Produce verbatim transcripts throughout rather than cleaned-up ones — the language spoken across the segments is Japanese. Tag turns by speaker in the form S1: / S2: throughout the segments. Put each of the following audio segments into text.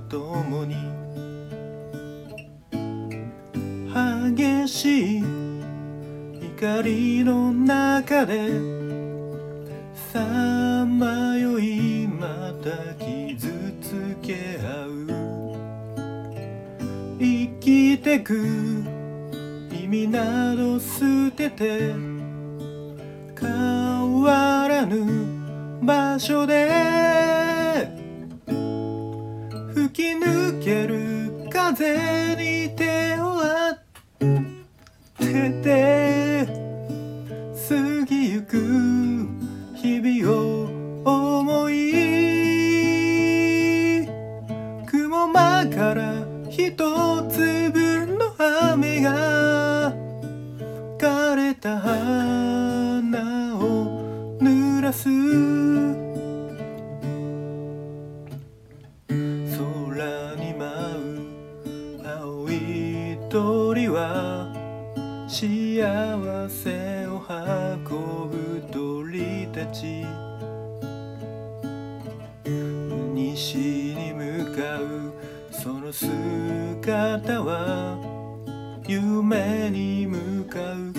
S1: 共に激しい光の中でさまよいまた傷つけ合う生きてく意味など捨てて変わらぬ場所で吹き抜ける風に手を当てて過ぎゆく日々を思い雲間から一粒の雨が枯れた花を濡らす空に舞う青い鳥は幸せを運ぶ鳥たち西に向かうその姿は夢に向かう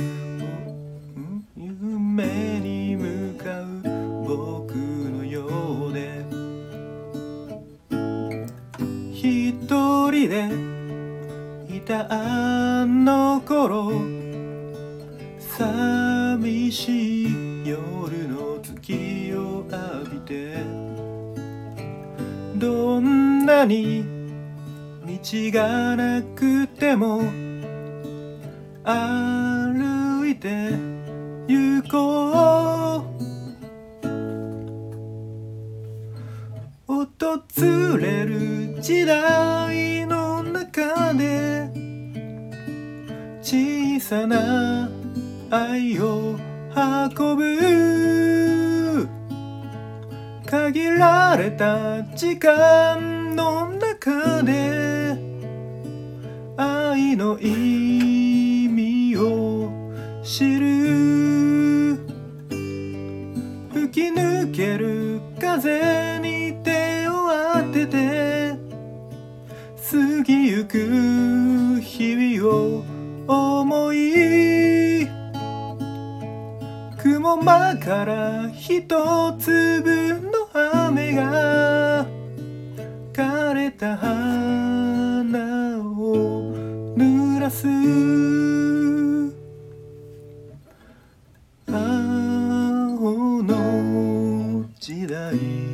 S1: 夢に向かう僕のようで一人でいたあの頃寂しい夜の月を浴びてどんなに道がなくても歩いて行こう訪れる時代の中で小さな愛を運ぶ限られた時間の中で愛の意味を知る吹き抜ける風に手を当てて過ぎゆく日々を思い雲間から一粒の雨が枯れた花を濡らす青の時代